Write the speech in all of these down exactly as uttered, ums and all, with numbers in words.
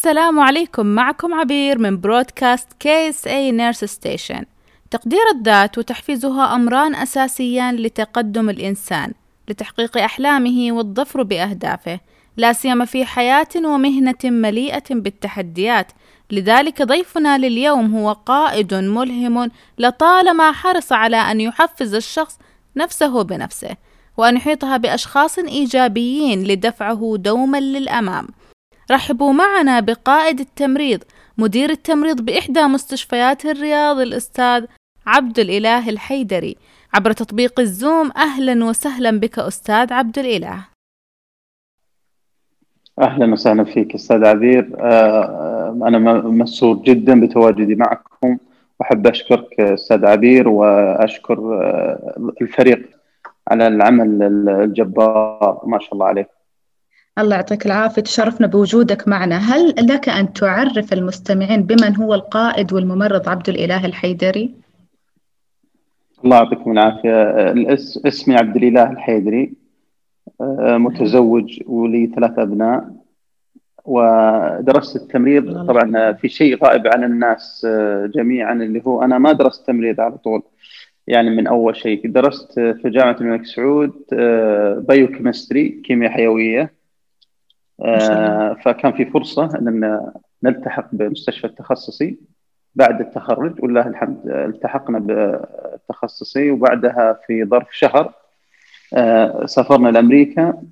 السلام عليكم. معكم عبير من برودكاست كي إس إيه Nurse Station. تقدير الذات وتحفيزها أمران أساسيان لتقدم الإنسان لتحقيق أحلامه والظفر بأهدافه، لا سيما في حياة ومهنة مليئة بالتحديات. لذلك ضيفنا لليوم هو قائد ملهم لطالما حرص على أن يحفز الشخص نفسه بنفسه، وأن يحيطها بأشخاص إيجابيين لدفعه دوما للأمام. رحبوا معنا بقائد التمريض، مدير التمريض بإحدى مستشفيات الرياض، الأستاذ عبد الإله الحيدري، عبر تطبيق الزوم. أهلا وسهلا بك أستاذ عبد الإله. أهلا وسهلا فيك أستاذ عبير. أنا مسرور جدا بتواجدي معكم، وأحب أشكرك أستاذ عبير وأشكر الفريق على العمل الجبار، ما شاء الله عليك. الله يعطيك العافية، تشرفنا بوجودك معنا. هل لك أن تعرف المستمعين بمن هو القائد والممرض عبد الإله الحيدري؟ الله يعطيكم العافية. اسمي عبد الإله الحيدري، متزوج ولي ثلاث أبناء، ودرست التمريض. طبعا في شيء غائب عن الناس جميعا، اللي هو أنا ما درست تمريض على طول. يعني من أول شيء درست في جامعة الملك سعود بايوكيمستري، كيمياء حيوية. فكان في فرصة أن نلتحق بمستشفى التخصصي بعد التخرج، والله الحمد التحقنا بالتخصصي. وبعدها في ظرف شهر سافرنا لأمريكا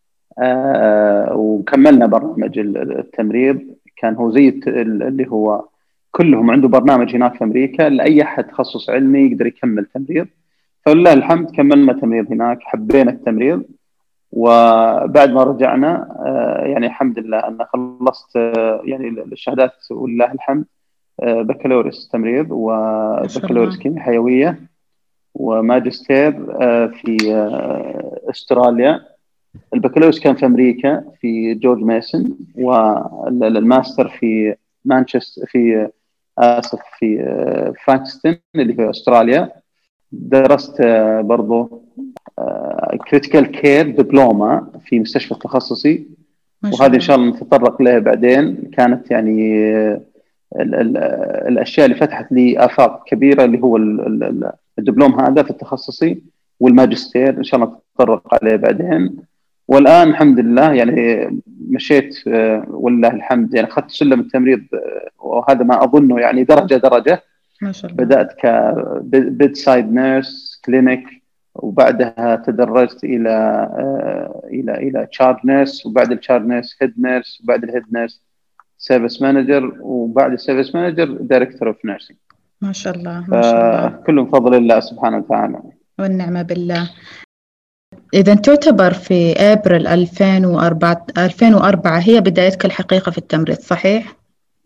وكملنا برنامج التمريض. كان هو زي اللي هو كلهم عنده برنامج هناك في أمريكا، لأي أحد تخصص علمي يقدر يكمل تمريض. فلله الحمد كملنا تمريض هناك، حبينا التمريض. وبعد ما رجعنا يعني الحمد لله أنا خلصت يعني الشهادات ولله الحمد، بكالوريوس تمريض وبكالوريوس كيمياء حيوية وماجستير في أستراليا. البكالوريوس كان في أمريكا في جورج ميسون، والماستر في مانشستر في آسف في فرانكستون اللي في أستراليا. درست برضو كريتيكال كير دبلومة في مستشفى تخصصي، وهذه إن شاء الله نتطرق لها بعدين. كانت يعني ال ال الأشياء اللي فتحت لي آفاق كبيرة، اللي هو الدبلوم هذا في التخصصي، والماجستير إن شاء الله نتطرق عليه بعدين. والآن الحمد لله يعني مشيت والله الحمد، يعني أخذت سلم التمريض، وهذا ما أظنه يعني درجة درجة. ما شاء الله. بدأت كبيد سايد نيرس كلينيك، وبعدها تدرجت إلى إلى إلى تشارج نيرس، وبعد التشارج نيرس هيد نيرس، وبعد الهيد نيرس سيرفيس مانجر، وبعد السيرفيس مانجر دايركتور اوف نيرسينج. ما شاء الله ما شاء الله، كله بفضل الله سبحانه وتعالى والنعمة بالله. إذا تعتبر في أبريل ألفين وأربعة ألفين وأربعة هي بدايتك الحقيقة في التمريض، صحيح؟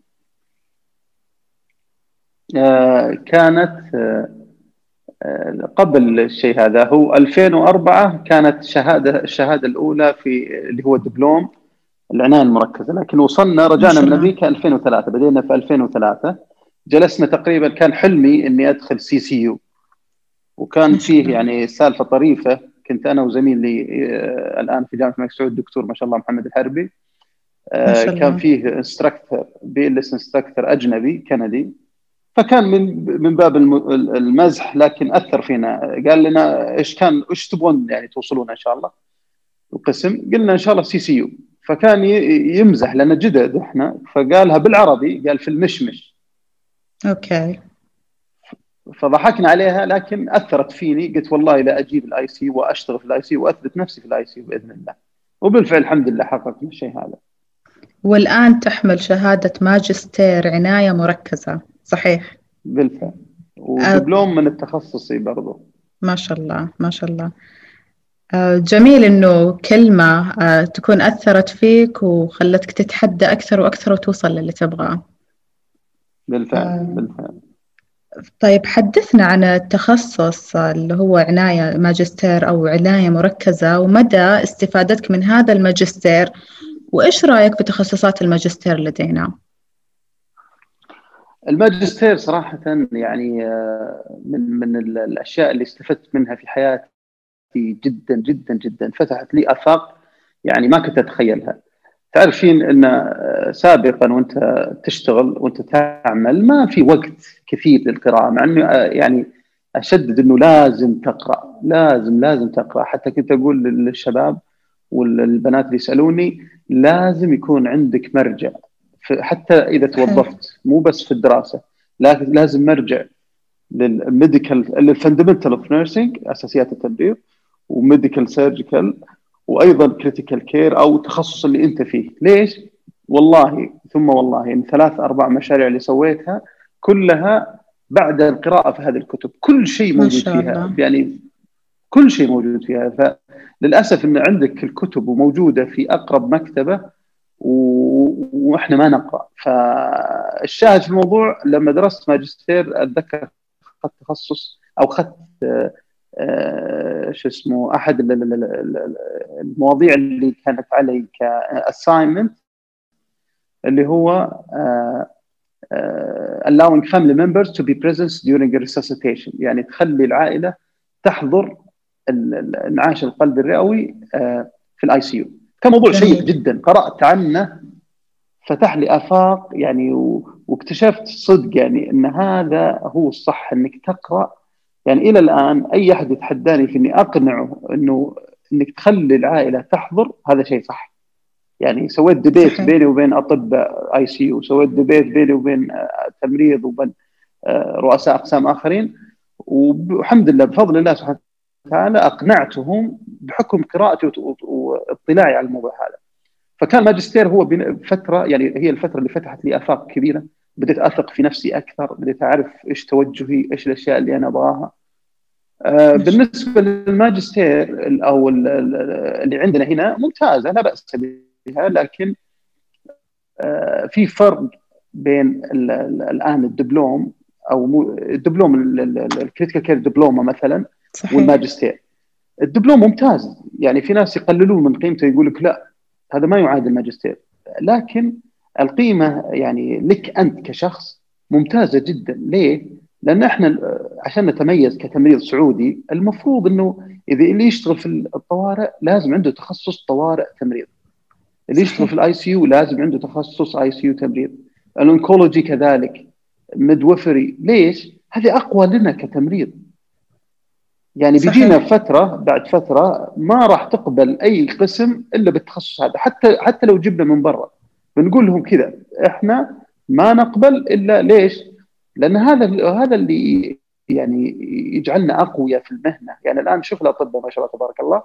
آه كانت آه قبل الشيء هذا. هو ألفين وأربعة كانت شهادة الشهادة الأولى في اللي هو الدبلوم العناية المركزة، لكن وصلنا رجعنا من أمريكا ألفين وثلاثة، بدينا في ألفين وثلاثة. جلسنا تقريبا، كان حلمي إني أدخل سي سي يو، وكان فيه يعني سالفة طريفة. كنت أنا وزميلي آه الآن في جامعة الملك سعود الدكتور ما شاء الله محمد الحربي، آه كان فيه انستراكتور بيلس انستراكتور أجنبي كندي، فكان من من باب المزح لكن أثر فينا. قال لنا إيش كان إيش تبغون يعني توصلون إن شاء الله القسم؟ قلنا إن شاء الله سي سي يو. فكان يمزح لنا جدد إحنا، فقالها بالعربي، قال في المشمش. أوكي. فضحكنا عليها، لكن أثرت فيني. قلت والله لا أجيب الآي سي وأشتغل في الآي سي وأثبت نفسي في الآي سي بإذن الله. وبالفعل الحمد لله حققنا الشيء هذا. والآن تحمل شهادة ماجستير عناية مركزة، صحيح؟ بالفعل، ودبلوم من التخصصي برضو. ما شاء الله ما شاء الله. جميل إنه كلمة تكون أثرت فيك وخلتك تتحدى أكثر وأكثر وتوصل للي تبغاه. بالفعل آه. بالفعل. طيب حدثنا عن التخصص اللي هو عناية ماجستير أو عناية مركزة، ومدى استفادتك من هذا الماجستير، وإيش رأيك بتخصصات الماجستير لدينا؟ الماجستير صراحة يعني من من الأشياء اللي استفدت منها في حياتي جدا جدا جدا، فتحت لي آفاق يعني ما كنت أتخيلها. تعرفين ان سابقا وانت تشتغل وانت تعمل ما في وقت كثير للقراءه، مع انه يعني اشدد انه لازم تقرا، لازم لازم تقرا. حتى كنت اقول للشباب والبنات اللي يسالوني لازم يكون عندك مرجع، حتى اذا توظفت مو بس في الدراسه، لكن لازم مرجع للميديكال، الفندمنتال اوف نيرسينج، اساسيات التمريض، وميديكال سيرجيكال، وايضا كريتيكال كير او التخصص اللي انت فيه. ليش؟ والله ثم والله ان ثلاث اربع مشاريع اللي سويتها كلها بعد القراءه في هذه الكتب، كل شيء موجود فيها الله. يعني كل شيء موجود فيها. فللاسف ان عندك الكتب وموجوده في اقرب مكتبه و... واحنا ما نقرا. فالشاهد في الموضوع لما درست ماجستير اتذكر اخذت تخصص او اخذت آه شو اسمه احد المواضيع اللي كانت علي كاساينمنت اللي هو آه آه allowing family members to be present during a resuscitation، يعني تخلي العائله تحضر انعاش القلب الرئوي آه في الاي سي يو. كان موضوع شيق جدا، قرات عنه فتح لي آفاق يعني، واكتشفت صدق يعني ان هذا هو الصح، انك تقرا. يعني الى الان اي احد يتحداني في اني اقنعه انه انك تخلي العائله تحضر، هذا شيء صح. يعني سويت ديبيت بيني وبين اطباء اي سي يو، سويت ديبيت بيني وبين تمريض وبين رؤساء اقسام اخرين، والحمد لله بفضل الله سبحانه وتعالى اقنعتهم بحكم قراءتي واطلاعي على الموضوع هذا. فكان ماجستير هو فتره، يعني هي الفتره اللي فتحت لي آفاق كبيره، بديت اثق في نفسي اكثر، بديت اعرف ايش توجهي، ايش الاشياء اللي انا ابغاها. آه بالنسبه للماجستير او اللي عندنا هنا ممتازه لا باس بها، لكن آه في فرق بين الان الدبلوم او الدبلوم الكريتيكال كير دبلومه مثلا صحيح. والماجستير. الدبلوم ممتاز، يعني في ناس يقللون من قيمته، يقول لك لا هذا ما يعادل ماجستير، لكن القيمة يعني لك أنت كشخص ممتازة جدا. ليه؟ لأن إحنا عشان نتميز كتمريض سعودي المفروض أنه إذا اللي يشتغل في الطوارئ لازم عنده تخصص طوارئ تمريض، اللي يشتغل في الاي سي يو لازم عنده تخصص اي سي يو تمريض، الانكولوجي كذلك، ميدوفري. ليش؟ هذه أقوى لنا كتمريض. يعني بيجينا فترة بعد فترة ما راح تقبل أي قسم إلا بالتخصص هذا، حتى حتى لو جبنا من برا بنقول لهم كذا إحنا ما نقبل إلا ليش؟ لأن هذا هذا اللي يعني يجعلنا أقوياء في المهنة. يعني الآن شوف الأطباء ما شاء الله تبارك الله،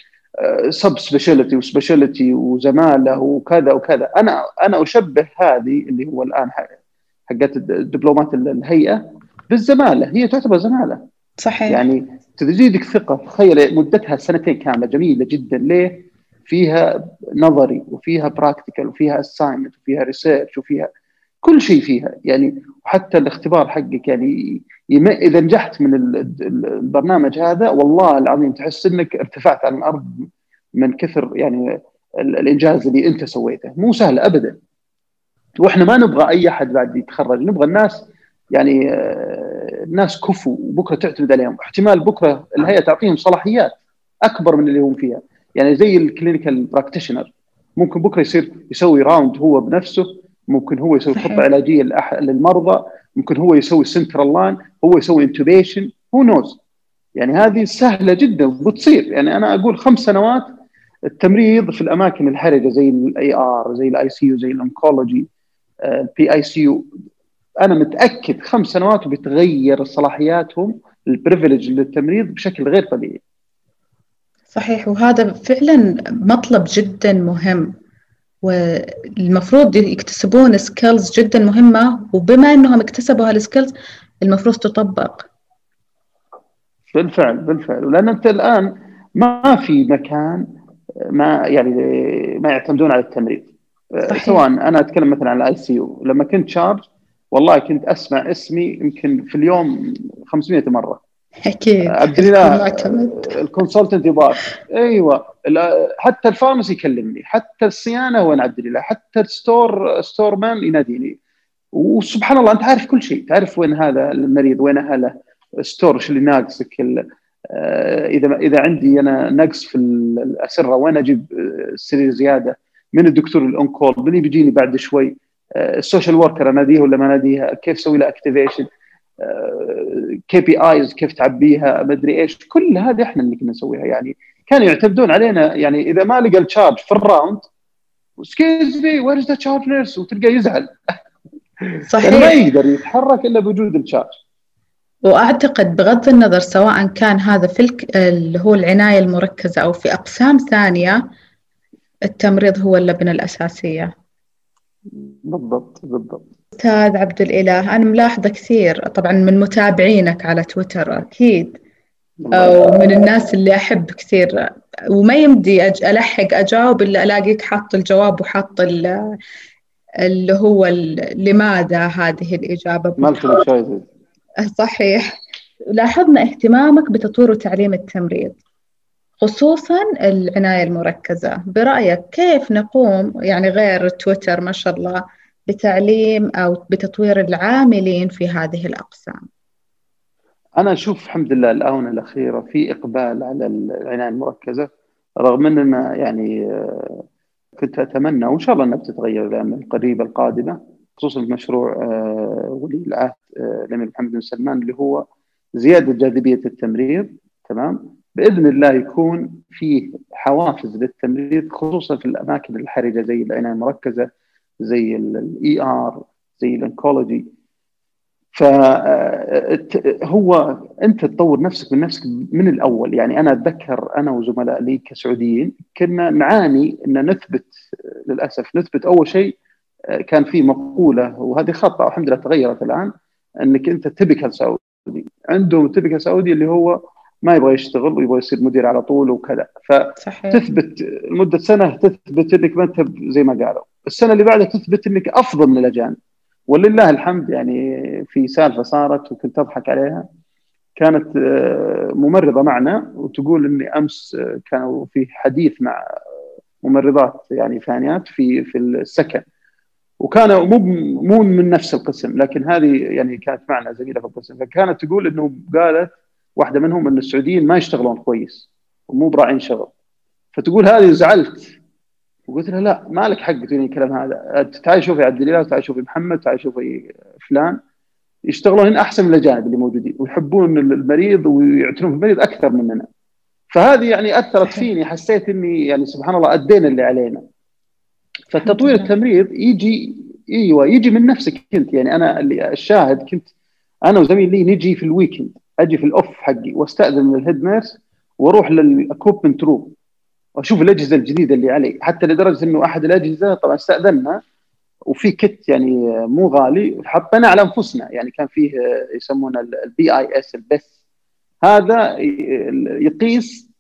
سب سبيشاليتي وسبيشاليتي وزمالة وكذا وكذا. أنا أنا أشبه هذه اللي هو الآن حقت الدبلومات الهيئة بالزمالة، هي تعتبر زمالة صحيح. يعني تزيدك ثقة. تخيل مدتها سنتين كاملة جميلة جدا. ليه؟ فيها نظري وفيها براكتيكال وفيها اساينمنت وفيها ريسيرش وفيها كل شيء فيها يعني. وحتى الاختبار حقك يعني إذا نجحت من البرنامج هذا والله العظيم تحس إنك ارتفعت عن الأرض من كثر يعني الإنجاز اللي أنت سويته. مو سهل أبدا. وإحنا ما نبغى أي أحد بعد يتخرج، نبغى الناس يعني الناس كفو وبكره تعتمد عليهم. احتمال بكره الهيئه تعطيهم صلاحيات اكبر من اللي هم فيها، يعني زي الكلينيكال براكتيشنر ممكن بكره يصير يسوي راوند هو بنفسه، ممكن هو يسوي خطه علاجيه للمرضى، ممكن هو يسوي سنترال لاين، هو يسوي انتوبيشن، هو نوز. يعني هذه سهله جدا بتصير. يعني انا اقول خمس سنوات التمريض في الاماكن الحرجه زي الاي ار، زي الاي سي يو، زي الانكولوجي، البي اي سي يو، أنا متأكد خمس سنوات وبتغير صلاحياتهم البريفليج للتمريض بشكل غير طبيعي. صحيح. وهذا فعلا مطلب جدا مهم، والمفروض يكتسبون سكيلز جدا مهمة، وبما أنهم اكتسبوا هالسكيلز المفروض تطبق. بالفعل بالفعل. ولأن أنت الآن ما في مكان ما يعني ما يعتمدون على التمريض. صحيح. سواء أنا أتكلم مثلا عن الاي سي يو، لما كنت شارج والله كنت أسمع اسمي يمكن في اليوم خمسمائة مرة. أكيد. عبد الله الكونسلتنت يبغاك، أيوة. حتى الفارماسي يكلمني، حتى الصيانة وين عبد الله، حتى الستور ستور مان يناديني. وسبحان الله أنت عارف كل شيء، تعرف وين هذا المريض، وين هذا ستور، ايش اللي ناقصك، إذا إذا عندي أنا نقص في الأسرة وين أجيب سرير زيادة، من الدكتور الاون كول، من اللي بيجيني بعد شوي، السوشيال وركر اناديها ولا ما اناديها، كيف اسوي لها اكتيفيشن، كي بي ايز كيف تعبيها، ما ادري ايش، كل هذه احنا اللي كنا نسويها. يعني كانوا يعتمدون علينا، يعني اذا ما لقى التشارج في الراوند سكيز مي وير از ذا تشارج نيرس، وتلقى يزعل صحيح. يعني ما يقدر يتحرك الا بوجود التشارج. وأعتقد بغض النظر سواء كان هذا في الك... اللي هو العناية المركزة أو في أقسام ثانية، التمريض هو اللبنة الأساسية. بالضبط بالضبط. أستاذ عبد الإله، أنا ملاحظة كثير طبعا من متابعينك على تويتر أكيد، أو من الناس اللي أحب كثير، وما يمدي أج... ألحق أجاوب إلا ألاقيك حاط الجواب وحاط ال... اللي هو ال... لماذا هذه الإجابة. مالتي تشويسز. صحيح. لاحظنا اهتمامك بتطوير وتعليم التمريض خصوصا العناية المركزة. برأيك كيف نقوم، يعني غير تويتر ما شاء الله، بتعليم أو بتطوير العاملين في هذه الأقسام؟ أنا أشوف الحمد لله الآونة الأخيرة في إقبال على العناية المركزة، رغم أننا يعني كنت أتمنى وإن شاء الله أنها بتتغير الأيام القريبة القادمة، خصوصا مشروع ولي العهد الأمير محمد بن سلمان اللي هو زيادة جاذبية التمريض. تمام، بإذن الله يكون فيه حوافز للتمريض خصوصا في الأماكن الحرجة زي العناية المركزة، زي الإي آر، زي الأنكولوجي. فهو أنت تطور نفسك من نفسك من الأول. يعني أنا أتذكر أنا وزملاء لي كسعوديين كنا نعاني أن نثبت، للأسف نثبت أول شيء كان في مقولة وهذه خطأ والحمد لله تغيرت الآن، أنك أنت تبكى سعودي، عندهم تبكى سعودي اللي هو ما يبغى يشتغل ويبغى يصير مدير على طول وكذا، فتثبت لمدة سنة تثبت أنك ما أنت زي ما قالوا، السنة اللي بعدها تثبت أنك أفضل من الأجانب. ولله الحمد يعني في سالفة صارت وكنت أضحك عليها، كانت ممرضة معنا وتقول أني أمس كانوا في حديث مع ممرضات يعني ثانيات في في السكن، وكانوا مو مو من نفس القسم لكن هذه يعني كانت معنا زميلة في القسم، فكانت تقول أنه قالت واحدة منهم أن السعوديين ما يشتغلون كويس ومو براعين شغل، فتقول هذه زعلت وقلت لها لا ما لك حق تقولين الكلام هذا، تعالي شوفي عبد الإله، تعالي شوفي محمد، تعالي شوفي فلان، يشتغلون هنا أحسن من الأجانب اللي موجودين ويحبون المريض ويعتنون بالمريض أكثر مننا. فهذه يعني أثرت فيني، حسيت إني يعني سبحان الله أدينا اللي علينا. فالتطوير التمريض يجي ايوه يجي من نفسك انت. يعني انا اللي الشاهد كنت انا وزميلي لي نجي في الويكند، اجي في الاوف حقي واستاذن من الهيد نيرس واروح للاكوبمنت روم واشوف الاجهزه الجديده اللي علي، حتى لدرجه انه احد الاجهزه طبعا استاذنا وفي كت يعني مو غالي حطينا على انفسنا، يعني كان فيه يسمونه البي اي اس البث، هذا يقيس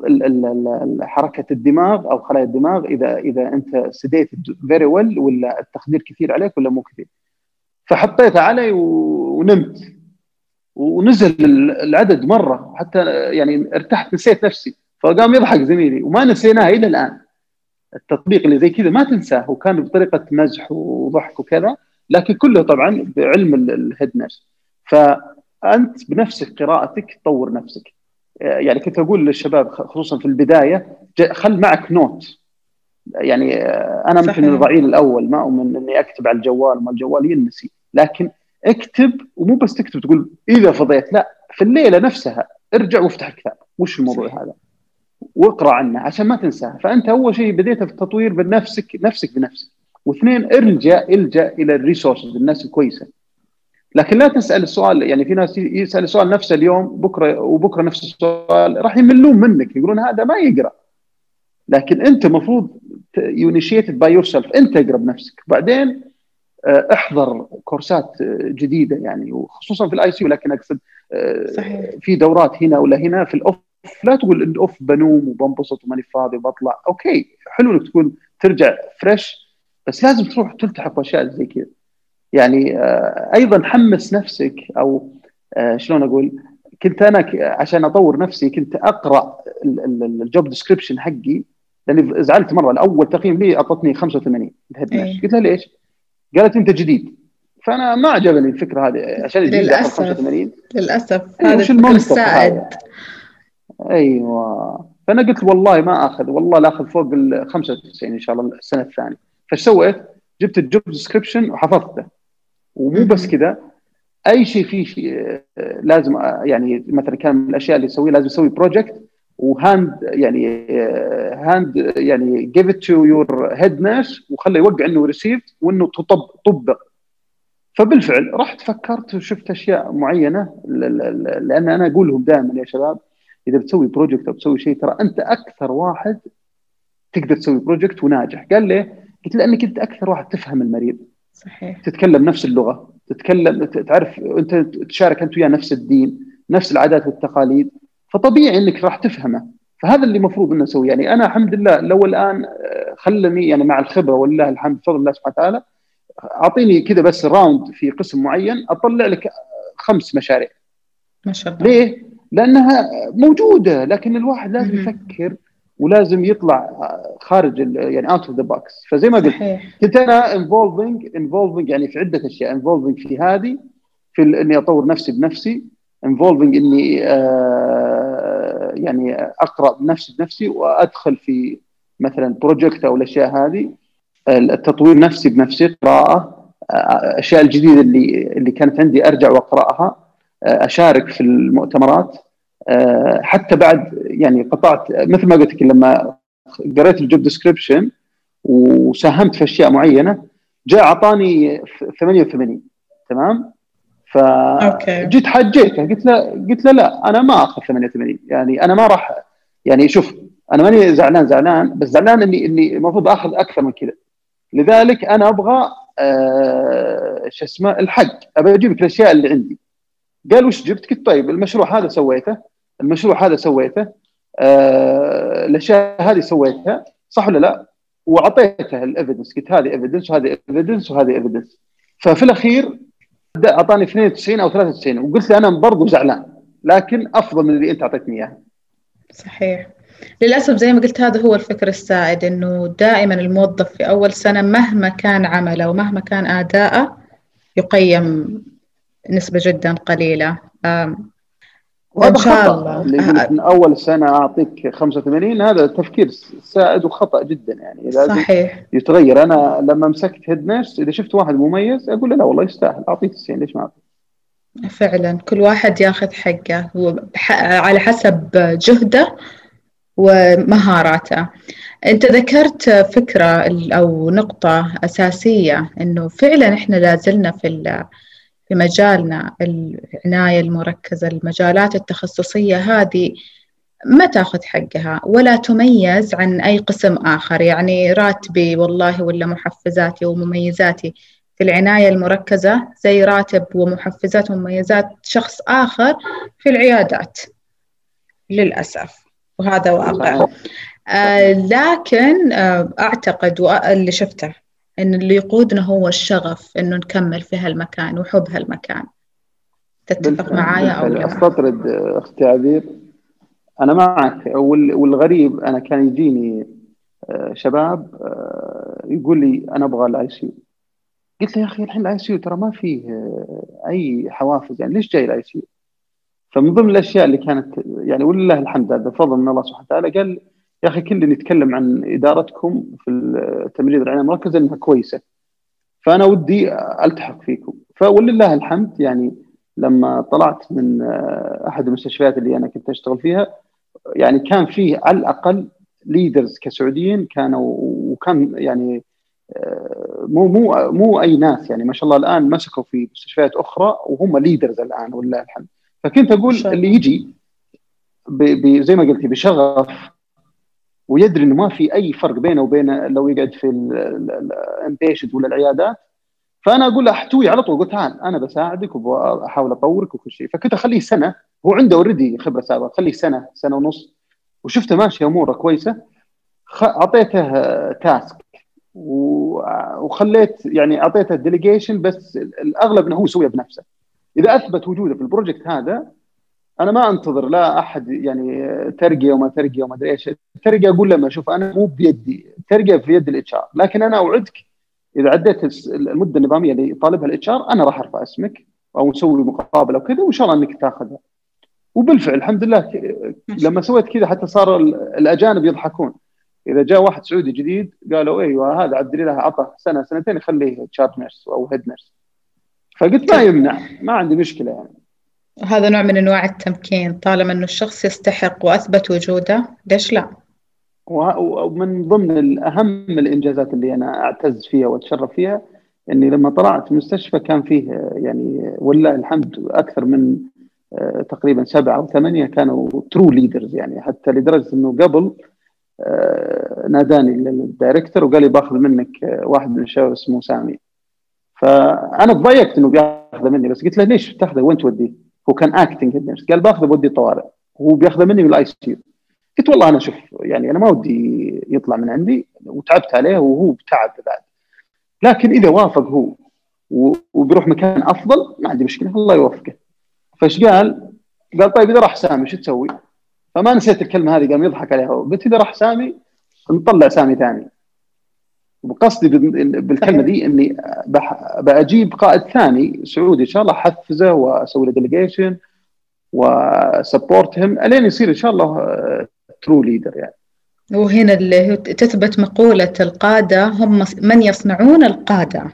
حركه الدماغ او خلايا الدماغ اذا اذا انت سديت فيري ويل ولا التخدير كثير عليك ولا مو كثير. فحطيته علي ونمت ونزل العدد مره، حتى يعني ارتحت نسيت نفسي. فقام يضحك زميلي وما نسيناه الى الان. التطبيق اللي زي كذا ما تنساه، وكان بطريقه مزح وضحك وكذا، لكن كله طبعا بعلم الهيد نيرس. فانت بنفسك قراءتك تطور نفسك. يعني كنت اقول للشباب خصوصا في البدايه خل معك نوت. يعني انا مثل الضعيف الاول ما اؤمن اني اكتب على الجوال، ما الجوال ينسي، لكن اكتب ومو بس تكتب تقول اذا فضيت، لا في الليله نفسها ارجع وافتح الكتاب وش الموضوع صحيح. هذا واقرا عنه عشان ما تنساه. فانت اول شيء بديت في التطوير بنفسك نفسك بنفسك، واثنين ارجع الجا الى الريسورسز الناس الكويسه. لكن لا تسال السؤال، يعني في ناس يسال السؤال نفسه اليوم بكره وبكره نفس السؤال راح يملون منك، يقولون هذا ما يقرا. لكن انت المفروض يونيشيتد باي يور سيلف، انت اقرا بنفسك، بعدين احضر كورسات جديده يعني وخصوصا في الاي سي يو. لكن اقصد صحيح. في دورات هنا ولا هنا في الاوف، لا تقول ان اوف بنوم وبنبسط وماني فاضي وبطلع، اوكي حلو انك تكون ترجع فريش، بس لازم تروح تلتحق باشياء زي كذا. يعني ايضا حمس نفسك، او شلون اقول، كنت انا عشان اطور نفسي كنت اقرا الجوب ديسكريبشن حقي، لاني زعلت مره الاول تقييم لي اعطتني خمسة وثمانين أيه. قلت لها ليش؟ قالت انت جديد. فانا ما عجبني الفكره هذه، عشان جديد اخذ خمسة وثمانين للاسف أيوة. هذا الفكر السائد. ايوه فانا قلت والله ما اخذ، والله لا اخذ فوق ال خمسة وتسعين ان شاء الله السنه الثانيه. فايش سويت؟ جبت الجوب ديسكربشن وحفظته. ومو بس كذا، اي شيء فيه شيء لازم يعني مثلا كان من الاشياء اللي يسويها لازم يسوي بروجكت وهاند يعني هاند يعني جيف ات تو يور هيد نيرس وخليه يوقع انه ريسيفد وانه تطبق طبق. فبالفعل رحت فكرت وشفت اشياء معينه، لان انا اقول لهم دائما يا شباب اذا بتسوي بروجكت او بتسوي شيء ترى انت اكثر واحد تقدر تسوي بروجكت وناجح. قال ليه؟ قلت لانك انت اكثر واحد تفهم المريض، صحيح، تتكلم نفس اللغه، تتكلم تعرف انت تشارك انت وياه نفس الدين، نفس العادات والتقاليد، فطبيعي انك راح تفهمه. فهذا اللي المفروض انه نسويه. يعني انا الحمد لله لو الان خلني يعني مع الخبره ولله الحمد بفضل الله سبحانه وتعالى، اعطيني كذا بس راوند في قسم معين اطلع لك خمس مشاريع. ما شاء الله. ليه؟ لانها موجوده، لكن الواحد لازم مم. يفكر ولازم يطلع خارج يعني اوت اوف ذا بوكس. فزي ما قلت صحيح. كنت انا انفولفنج انفولفنج يعني في عده اشياء، انفولفنج في هذه، في اني اطور نفسي بنفسي، انفولفنج اني آه يعني اقرا بنفسي بنفسي وادخل في مثلا بروجكت او الاشياء هذه، التطوير نفسي بنفسي، قراءه، الاشياء الجديده اللي اللي كانت عندي ارجع واقراها، اشارك في المؤتمرات. حتى بعد يعني قطعت مثل ما قلت لك لما قريت الجوب ديسكريبشن وساهمت في اشياء معينه جاء اعطاني ثمانية وثمانين تمام. فجيت حجيته قلت له قلت له لا انا ما اخذ ثمانية وثمانين، يعني انا ما راح يعني شوف انا ماني زعلان زعلان بس زعلان اني اني المفروض اخذ اكثر من كذا. لذلك انا ابغى آه شو اسمه الحق، ابى اجيب لك الاشياء اللي عندي. قال وش جبت؟ قلت طيب المشروع هذا سويته، المشروع هذا سويته، آه الاشياء هذه سويتها صح ولا لا؟ واعطيته الايفيدنس، قلت هذه ايفيدنس وهذه ايفيدنس وهذه ايفيدنس. ففي الاخير اعطاني اثنين وتسعين او ثلاثة وتسعين وقلت له انا برضو زعلان لكن افضل من اللي انت اعطيتني اياه. صحيح. للأسف زي ما قلت هذا هو الفكر السائد، إنه دائما الموظف في أول سنة مهما كان عمله ومهما كان أداءه يقيم نسبة جدا قليلة. وهذا إن شاء خطأ الله. اللي يقول لك من أول سنة أعطيك خمسة وثمانين، هذا تفكير سائد وخطأ جدا. يعني لازم صحيح. يتغير. أنا لما مسكت هيد نيرس إذا شفت واحد مميز أقول له لا والله يستاهل أعطيه تسعين، ليش ما أعطيه؟ فعلا كل واحد ياخذ حقه على حسب جهده ومهاراته. أنت ذكرت فكرة أو نقطة أساسية، إنه فعلا إحنا لازلنا في في مجالنا العناية المركزة، المجالات التخصصية هذه ما تأخذ حقها ولا تميز عن أي قسم آخر. يعني راتبي والله ولا محفزاتي ومميزاتي في العناية المركزة زي راتب ومحفزات ومميزات شخص آخر في العيادات للأسف، وهذا واقع. آه لكن آه أعتقد واللي شفته إن اللي يقودنا هو الشغف إنه نكمل في هالمكان وحب هالمكان. تتفق معايا أو لا؟ أستطرد أختي عبير، أنا معك. والغريب أنا كان يجيني شباب يقول لي أنا أبغى الآي سي يو. قلت له يا أخي الحين الآي سي يو ترى ما فيه أي حوافز، يعني ليش جاي الآي سي يو؟ فمن ضمن الأشياء اللي كانت يعني ولله الحمد هذا فضل من الله سبحانه وتعالى، قال يا أخي كل اللي يتكلم عن إدارتكم في التمريض العناية المركزة إنها كويسة، فأنا ودي ألتحق فيكم. فولله الحمد يعني لما طلعت من أحد المستشفيات اللي أنا كنت أشتغل فيها يعني كان فيه على الأقل ليدرز كسعوديين كانوا، وكان يعني مو مو مو أي ناس، يعني ما شاء الله الآن مسكوا في مستشفيات أخرى وهم ليدرز الآن ولله الحمد. فكنت أقول اللي يجي زي ما قلتي بشغف ويدري إنه ما في أي فرق بينه وبين لو يقعد في الانبيشنت ولا العيادات، فأنا أقول له أحتوي على طول، قلت تعال أنا بساعدك وأحاول أطورك وكل شيء. فكنت أخليه سنة، هو عنده أوريدي خبرة سابقة، خليه سنة سنة ونص وشفته ماشي أموره كويسة، أعطيته تاسك وخليت يعني أعطيته ديليجيشن، بس الأغلب أنه هو يسويه بنفسه. إذا أثبت وجوده في البروجكت هذا أنا ما أنتظر لا أحد يعني ترقية وما ترقية وما أدري إيش. الترقية أقول له ما شوف أنا مو بيدي، الترقية في يد الاتش ار، لكن أنا أوعدك إذا عديت المدة النظامية اللي طالبها الاتش ار أنا راح أرفع اسمك أو نسوي مقابلة وكذا وإن شاء الله أنك تاخذها. وبالفعل الحمد لله ك- لما سويت كذا حتى صار ال- الاجانب يضحكون. اذا جاء واحد سعودي جديد قالوا ايوه هذا عبد الاله عطى سنه سنتين يخليه تشارج نيرس او هيد نيرس، فقلت ما يمنع، ما عندي مشكله يعني. هذا نوع من أنواع التمكين، طالما أنه الشخص يستحق وأثبت وجوده ليش لا؟ و- ومن ضمن الأهم الإنجازات اللي أنا أعتز فيها وأتشرف فيها إني لما طلعت من المستشفى كان فيه آه، يعني ولله الحمد أكثر من آه، تقريبا سبعة أو ثمانية كانوا ترو ليدرز، يعني حتى لدرجة إنه قبل آه، ناداني الدايركتور وقال لي باخذ منك آه، واحد من الشباب اسمه سامي. فأنا تضايقت إنه بياخذه مني، بس قلت له ليش تاخذه وين توديه؟ هو كان اكتنج نيرس، قال باخذه بودي طوارئ، هو بياخذه مني من الاي سي يو. قلت والله انا شوف يعني انا ما ودي يطلع من عندي وتعبت عليه وهو بتعب بعد، لكن اذا وافق هو و- وبيروح مكان افضل ما عندي مشكله، الله يوفقه. فايش قال؟ قال طيب اذا راح سامي شو تسوي؟ فما نسيت الكلمه هذه، قام يضحك عليها. قلت اذا راح سامي نطلع سامي ثاني. وقصدي بال- بالكلمه صحيح. دي اني بح- بجيب قائد ثاني سعودي ان شاء الله، احفزه واسوي له ديليجيشن وسبورتهم الين يصير ان شاء الله ترو ليدر يعني. وهنا اللي هو تثبت مقولة القادة هم من يصنعون القادة.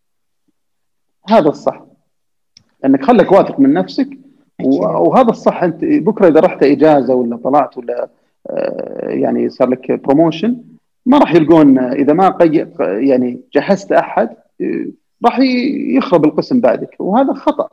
هذا الصح، انك خلك واثق من نفسك و- أكيد. وهذا الصح. انت بكره اذا رحت اجازه ولا طلعت ولا آه، يعني صار لك بروموشن، ما راح يلقون اذا ما قي... يعني جهزت احد آه، راح ي- يخرب القسم بعدك، وهذا خطأ.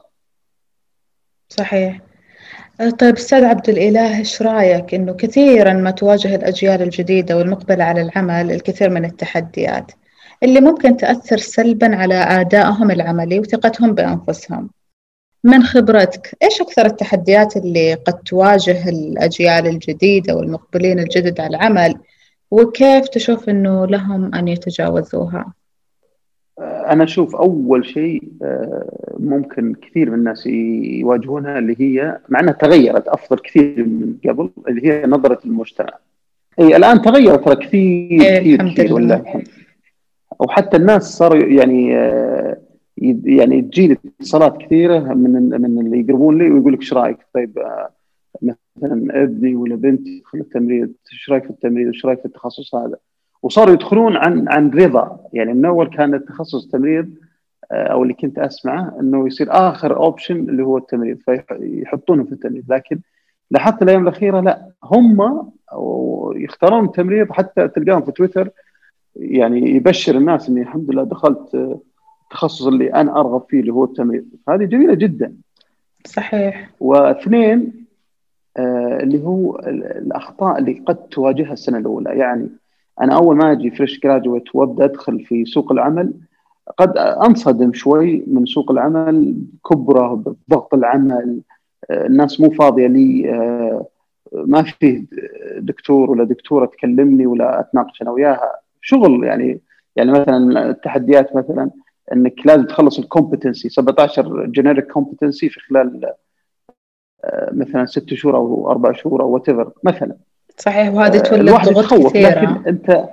صحيح. طيب أستاذ عبد الإله، إيش رأيك إنه كثيرا ما تواجه الأجيال الجديدة والمقبلة على العمل الكثير من التحديات اللي ممكن تأثر سلبا على أدائهم العملي وثقتهم بأنفسهم؟ من خبرتك إيش أكثر التحديات اللي قد تواجه الأجيال الجديدة والمقبلين الجدد على العمل، وكيف تشوف إنه لهم أن يتجاوزوها؟ انا اشوف اول شيء آه، ممكن كثير من الناس يواجهونها، اللي هي مع انها تغيرت افضل كثير من قبل، اللي هي نظره المجتمع. اي الان تغيرت ترى كثير إيه كثير الحمد كثير والله لله. الحمد. وحتى الناس صاروا يعني آه، يد- يعني تجيني اتصالات كثيره من من اللي يقربون لي ويقول لك ايش رايك؟ طيب آه، مثلا ابني ولا بنتي دخل التمريض، ايش رايك في التمريض؟ ايش رايك في التخصص هذا؟ وصاروا يدخلون عن عن رضا. يعني من اول كان التخصص تمريض آه، او اللي كنت اسمعه انه يصير اخر اوبشن اللي هو التمريض، فيحطونه في التمريض. لكن لاحظت الايام الاخيره لا، هم يختارون التمريض، حتى تلقاهم في تويتر يعني يبشر الناس اني الحمد لله دخلت آه، التخصص اللي انا ارغب فيه اللي هو التمريض. هذه جميله جدا. صحيح. واثنين آه، اللي هو ال- الاخطاء اللي قد تواجهها السنه الاولى. يعني انا اول ما اجي فريش جراجويت وابدا ادخل في سوق العمل قد انصدم شوي من سوق العمل، كبره، ضغط العمل، آه، الناس مو فاضيه لي، آه، ما فيه دكتور ولا دكتوره تكلمني ولا اتناقش انا وياها شغل. يعني يعني مثلا التحديات مثلا انك لازم تخلص الكومبتنسي سبعتاشر جينيريك كومبتنسي في خلال آه، مثلا ست شهور او اربع شهور او وات ايفر مثلا. صحيح، وهذه آه، تولد الواحد ضغوط يتخوف، لكن كثيرة. انت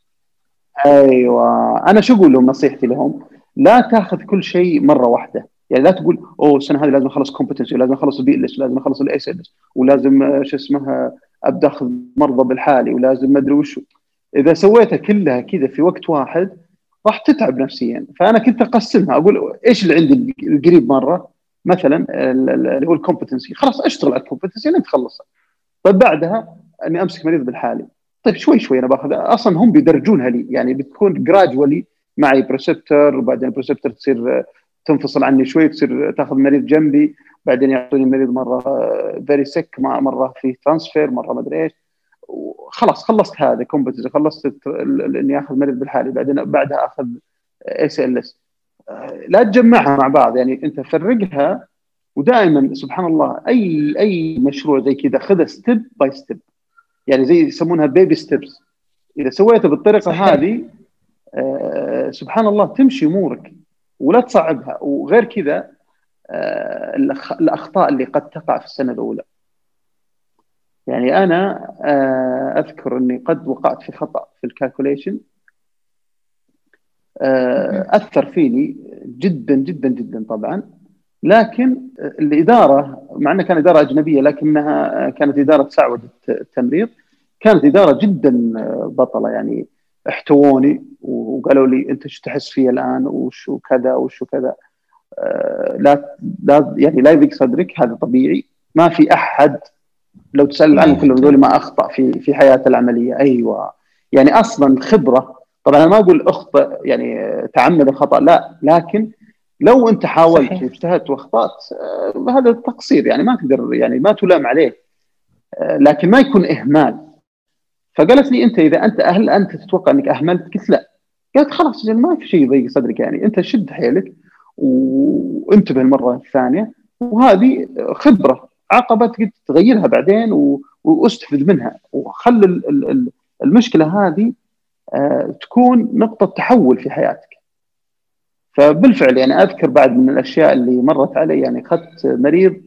ايوه. انا شو اقول لهم؟ نصيحتي لهم لا تاخذ كل شيء مره واحده. يعني لا تقول اوه السنه هذه لازم اخلص كومبتنسي ولازم اخلص البي ال اس ولازم اخلص الاي اس ال اس ولازم آه، شو اسمها ابدا اخذ مرضى بالحالي ولازم ما ادري وش. اذا سويتها كلها كذا في وقت واحد راح تتعب نفسيا. فانا كنت اقسمها، اقول ايش اللي عندي القريب مره، مثلا ال- ال- اللي هو الكومبتنسي، خلاص اشتغل على الكومبتنسي لين تخلصها. طيب بعدها اني امسك مريض بالحالي، طيب شوي شوي انا باخذ، اصلا هم بيدرجونها لي يعني بتكون جراجولي معي بريسبتر، وبعدين البريسبتر تصير تنفصل عني شوي، تصير تاخذ مريض جنبي، بعدين يعطوني مريض مره فيري سيك، مره فيه ترانسفير، مره ما ادري ايش. خلاص خلصت هذا كومبتنسي، خلصت ال- ال- اني اخذ مريض بالحالي، بعدين بعدها اخذ اس ال اس. لا تجمعها مع بعض، يعني انت فرقها. ودائما سبحان الله اي اي مشروع زي كذا خذه ستيب باي ستيب، يعني زي يسمونها بيبي ستيبس. اذا سويته بالطريقه صحيح. هذه آه سبحان الله تمشي امورك ولا تصعبها. وغير كذا آه الأخ- الاخطاء اللي قد تقع في السنه الاولى، يعني انا آه اذكر اني قد وقعت في خطا في الكالكوليشن آه مهم. اثر فيني جدا جدا جدا طبعا. لكن الإدارة مع أنها كانت إدارة أجنبية لكنها كانت إدارة تساعد التمريض، كانت إدارة جدا بطلة. يعني احتووني وقالوا لي أنت شو تحس فيه الآن وشو كذا وشو كذا، لا لا يعني لا يضيق صدرك، هذا طبيعي. ما في أحد لو تسأل عنه كلهم يقول ما أخطأ في في حياته العملية. أيوة يعني أصلا خبرة. طبعا أنا ما أقول أخطأ يعني تعمد الخطأ، لا، لكن لو أنت حاولت واجتهدت واخطأت هذا تقصير، يعني ما تقدر يعني ما تلام عليه، لكن ما يكون إهمال. فقالت لي أنت إذا أنت هل أنت تتوقع أنك أهملت؟ قلت لا. قالت خلاص ما في شيء يضيق صدرك، يعني أنت شد حيلك وانتبه المرة الثانية، وهذه خبرة عقبة تقدر تغيرها بعدين واستفد منها وخلي المشكلة هذه تكون نقطة تحول في حياتك. فبالفعل يعني أذكر بعد من الأشياء اللي مرت علي، يعني أخذت مريض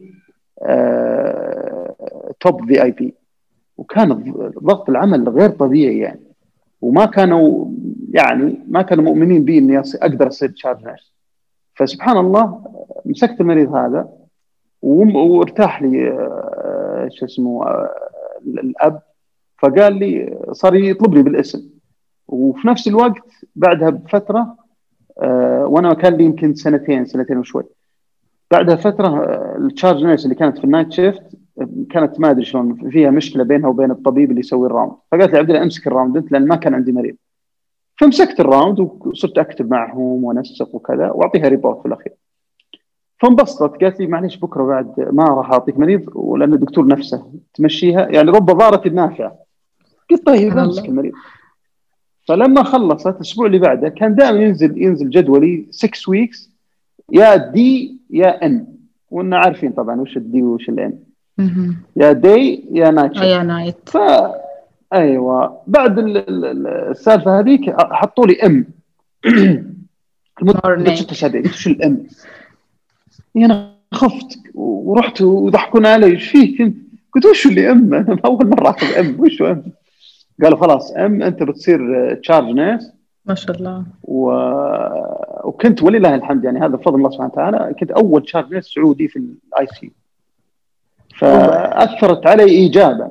توب في آي بي، وكان ضغط العمل غير طبيعي يعني، وما كانوا يعني ما كانوا مؤمنين بي إني أقدر أصير تشارج نيرس. فسبحان الله مسكت المريض هذا وارتاح لي شو اسمه الأب، فقال لي صار يطلبني بالاسم. وفي نفس الوقت بعدها بفترة وأنا كان لي يمكن سنتين سنتين وشوي، بعدها فترة التشارج نيرس اللي كانت في النايت شيفت كانت ما أدري شلون فيها مشكلة بينها وبين الطبيب اللي يسوي الراوند، فقالت لي عبد الله امسك الراوند انت لأن ما كان عندي مريض. فمسكت الراوند وصرت أكتب معهم ونسق وكذا وأعطيها ريبورت في الأخير. فانبسطت، قالت لي معليش بكرة بعد ما راح أعطيك مريض ولأن الدكتور نفسه تمشيها يعني رب ضارة النافعة. قلت طيب أمسك المريض. فلما خلصت الأسبوع اللي بعده كان دائما ينزل ينزل جدولي ستة ويكس يا دي يا ان، وإننا عارفين طبعا وش الدي وش الان، يا دي يا نايت يا نايت. ف ايوه بعد السالفه هذيك حطوا لي ام لمده ست اسابيع. قلت شو الام؟ انا خفت ورحت وضحكون علي ايش فيك انت؟ قلت وش اللي ام؟ انا اول مره اخذ ام. وش ام؟ قالوا خلاص ام انت بتصير تشارج نيرس. ما شاء الله. و... وكنت ولله الحمد يعني هذا بفضل الله سبحانه وتعالى كنت اول تشارج نيرس سعودي في الاي سي، فاثرت علي ايجابا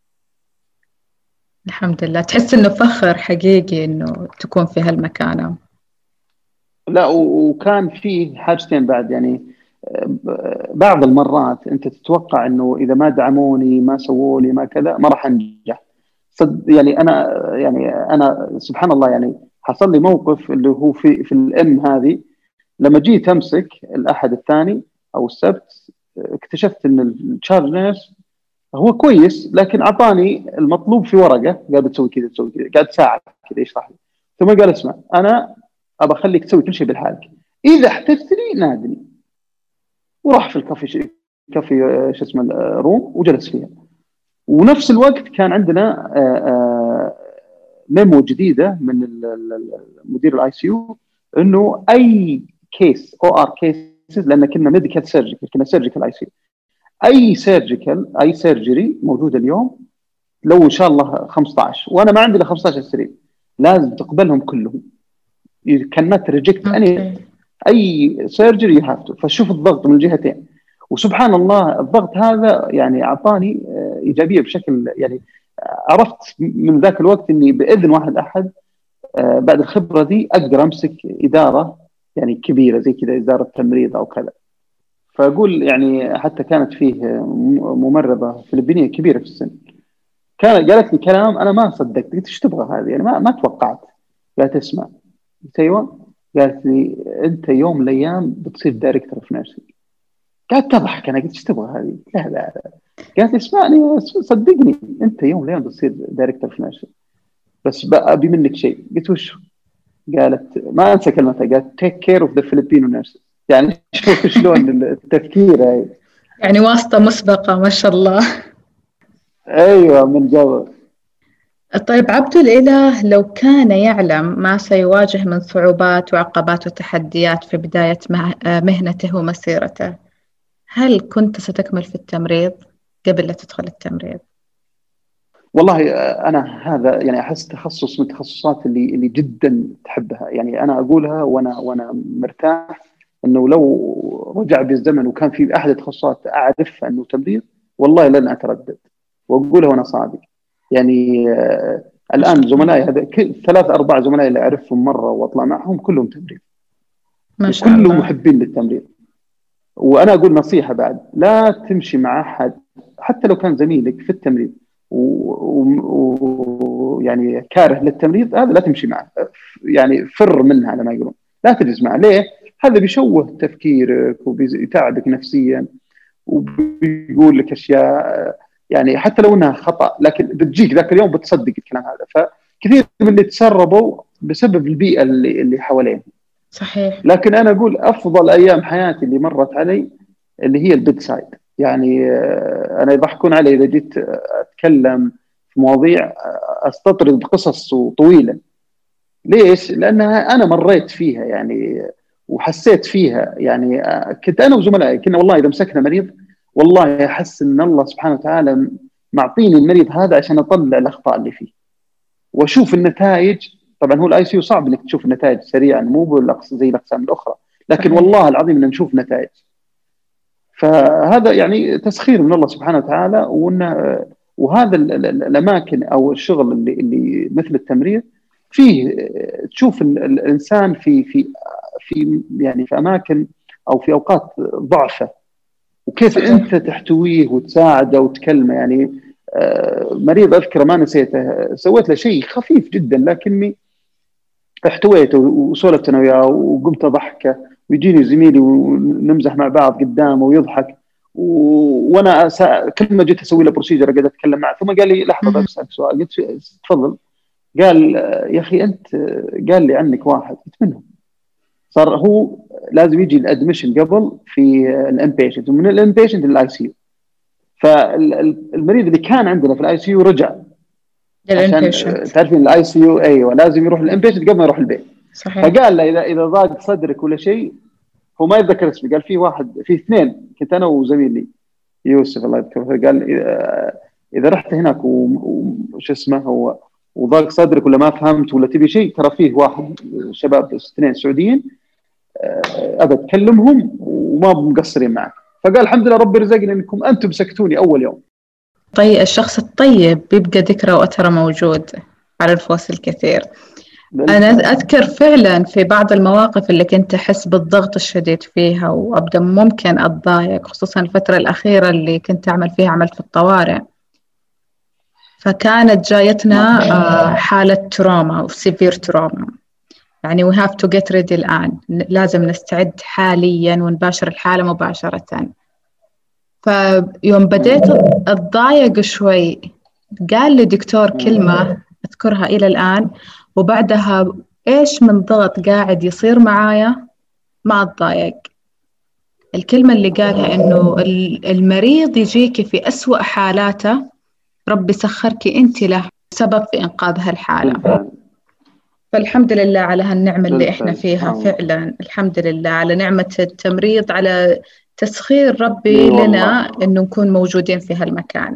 الحمد لله. تحس انه فخر حقيقي انه تكون في هالمكانه. لا وكان فيه حاجتين بعد، يعني بعض المرات انت تتوقع انه اذا ما دعموني ما سووا لي ما كذا ما راح انجح. صد يعني انا يعني انا سبحان الله يعني حصل لي موقف اللي هو في في الام هذه لما جيت امسك الاحد الثاني او السبت اكتشفت ان التشارج نيرس هو كويس لكن اعطاني المطلوب في ورقه قال بتسوي كذا تسوي كذا، قاعد ساعه كذا يشرح لي، ثم قال اسمع انا ابى اخليك تسوي كل شيء بالحالك، اذا احتجت لي نادني. وراح في الكافي كافي شو اسمه روم وجلس فيها. ونفس الوقت كان عندنا ميمو جديده من مدير الاي سي يو انه اي كيس او ار كيسز، لان كنا ميديكال سيرجيكال كنا سيرجيكال اي سي، اي سيرجيكال اي سيرجري موجوده اليوم لو ان شاء الله خمسة عشر وانا ما عندي الا خمسة عشر سرير لازم تقبلهم كلهم. you cannot reject any اي سيرجري you have to. فشوف الضغط من الجهتين. وسبحان الله الضغط هذا يعني اعطاني ايجابيه بشكل يعني عرفت من ذاك الوقت اني باذن واحد احد بعد الخبره دي اقدر امسك اداره يعني كبيره زي كذا اداره تمريض او كذا. فاقول يعني حتى كانت فيه ممرضه فلبينيه كبيره في السن كان قالت لي كلام انا ما صدقت، قلت ايش تبغى هذه يعني ما ما توقعت. قالت اسمع، قلت ايوه، قالت لي انت يوم من الايام بتصير دايركتور اوف نيرسينج. قالت تضحك، انا قلت ايش تبغى هذه؟ لا لا لا. قالت لي اسمعني صدقني انت يوم من الايام بتصير دايركتور اوف نيرسينج بس ابي منك شيء. قلت وش؟ قالت ما انسى كلمتها، قالت تيك كير اوف ذا فيلبينو نيرسز. يعني شوف شلون التفكير هاي يعني واسطه مسبقه ما شاء الله. ايوه من جوا. طيب عبد الإله، لو كان يعلم ما سيواجه من صعوبات وعقبات وتحديات في بداية مهنته ومسيرته، هل كنت ستكمل في التمريض قبل لا تدخل التمريض؟ والله أنا هذا يعني أحس تخصص من التخصصات اللي اللي جدا تحبها، يعني أنا أقولها وأنا وأنا مرتاح انه لو رجع بالزمن وكان في احد التخصصات اعرفها انه تمريض والله لن اتردد واقولها وانا صادق. يعني آه الان زملائي هذا ثلاث اربع زملائي اللي اعرفهم مره واطلع معهم كلهم تمريض، ما شاء كلهم الله. محبين للتمريض. وانا اقول نصيحه بعد، لا تمشي مع احد حتى لو كان زميلك في التمريض ويعني و... و... كاره للتمريض، هذا لا تمشي معه، يعني فر منها على ما يقولون، لا تجلس معه. ليه؟ هذا بيشوه تفكيرك وبيتعبك نفسيا وبيقول لك اشياء يعني حتى لو انها خطا، لكن بتجيك ذاك اليوم بتصدق الكلام هذا. فكثير من اللي تسربوا بسبب البيئه اللي اللي حواليهم. صحيح. لكن انا اقول افضل ايام حياتي اللي مرت علي اللي هي البيد سايد. يعني انا يضحكون علي اذا جيت اتكلم في مواضيع استطرد قصص طويله. ليش؟ لانها انا مريت فيها يعني وحسيت فيها. يعني كنت انا وزملائي كنا والله اذا مسكنا مريض والله احس ان الله سبحانه وتعالى معطيني المريض هذا عشان اطلع الاخطاء اللي فيه واشوف النتائج. طبعا هو الاي سي يو صعب انك تشوف النتائج سريعا، مو زي الاقسام الاخرى، لكن صحيح. والله العظيم ان نشوف نتائج. فهذا يعني تسخير من الله سبحانه وتعالى. وانه وهذا الاماكن او الشغل اللي اللي مثل التمريض فيه تشوف الانسان في في في يعني في اماكن او في اوقات ضعفه، وكيف صحيح. انت تحتويه وتساعده وتكلمه. يعني مريض اذكر ما نسيته، سويت له شيء خفيف جدا لكني احتويته وسولفت انا وياه وقمت اضحكه، ويجيني زميلي ونمزح مع بعض قدامه ويضحك. وانا سا... كل ما جيت اسوي له بروسيجر اقعد اتكلم معه، ثم قال لي لحظه بسالك سؤال. قلت تفضل. قال يا اخي انت، قال لي عنك واحد. قلت منهم؟ صار هو لازم يجي الادميشن قبل في الانبيشنت ومن الانبيشنت للاي سي يو. فالمريض اللي كان عندنا في الاي سي يو رجع عشان تعرفين الاي سي يو ايوه لازم يروح الانبيشنت قبل ما يروح البيت. صحيح. فقال له اذا اذا ضاق صدرك ولا شيء، هو ما يتذكر اسمي، قال في واحد في اثنين كنت انا وزميلي يوسف الله يذكره، قال اذا رحت هناك وش اسمه هو وضاق صدرك ولا ما فهمت ولا تبي شيء، ترى فيه واحد شباب اثنين سعوديين ابى تكلمهم وما مقصرين معك. فقال الحمد لله ربي رزقني انكم انتم سكتوني اول يوم. طيب الشخص الطيب بيبقى ذكره وأثره موجود على الفوس الكثير. أنا أذكر فعلا في بعض المواقف اللي كنت أحس بالضغط الشديد فيها وأبدأ ممكن أتضايق، خصوصا الفترة الأخيرة اللي كنت أعمل فيها عملت في الطوارئ. فكانت جايتنا حالة تروما أو سيفير تروما، يعني we have to get ready الآن، لازم نستعد حاليا ونباشر الحالة مباشرة. فيوم بديت أتضايق شوي قال لي دكتور كلمة أذكرها إلى الآن، وبعدها إيش من ضغط قاعد يصير معايا ما أتضايق. الكلمة اللي قالها إنه المريض يجيك في أسوأ حالاته، ربي سخرك أنت له سبب في إنقاذ هالحالة. فالحمد لله على هالنعمة اللي إحنا فيها فعلا. الحمد لله على نعمة التمريض، على تسخير ربي لنا إنه نكون موجودين في هالمكان.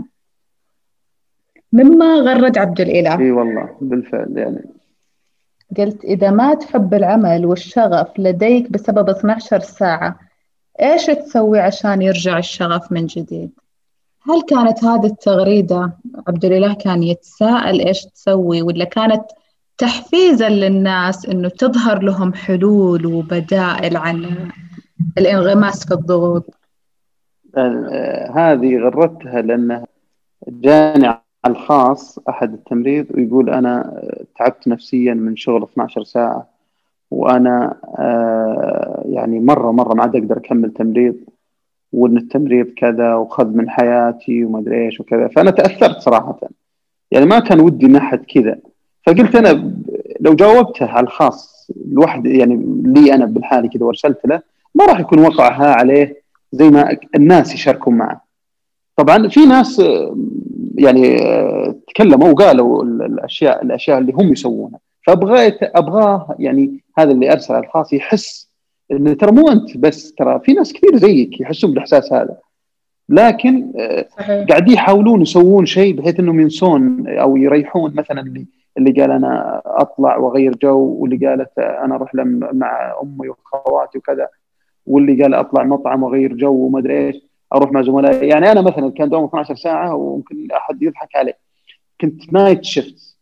مما غرد عبد الإله. اي والله بالفعل. يعني قلت إذا ما تحب العمل والشغف لديك بسبب اثنتي عشرة ساعة، إيش تسوي عشان يرجع الشغف من جديد؟ هل كانت هذه التغريدة عبد الإله كان يتساءل إيش تسوي، ولا كانت تحفيزا للناس إنه تظهر لهم حلول وبدائل عن الانغماس في الضغوط؟ هذه غردتها لأنها جاني على الخاص أحد التمريض ويقول أنا تعبت نفسيا من شغل اثنتي عشرة ساعة، وأنا يعني مرة مرة ما عاد أقدر أكمل تمريض، وإن التمريض كذا وخذ من حياتي وما أدري إيش وكذا. فأنا تأثرت صراحة، يعني ما كان ودي نحد كذا. فقلت أنا لو جاوبته على الخاص الواحد يعني لي أنا بالحالي كذا وارسلت له، ما راح يكون وقعها عليه زي ما الناس يشاركون معه. طبعا في ناس يعني تكلموا وقالوا الاشياء الاشياء اللي هم يسوونها، فابغى ابغاه يعني هذا اللي ارسل على الخاص يحس انه ترى مو انت بس، ترى في ناس كثير زيك يحسون بالاحساس هذا، لكن صحيح. قاعد يحاولون يسوون شيء بحيث انهم ينسون او يريحون. مثلا اللي اللي قال انا اطلع واغير جو، واللي قالت انا اروح مع امي واخواتي وكذا، واللي قال اطلع مطعم واغير جو وما ادري ايش، اروح مع زملائي. يعني انا مثلا كان دوام اثنتي عشرة ساعه وممكن احد يضحك عليه، كنت نايت شيفت،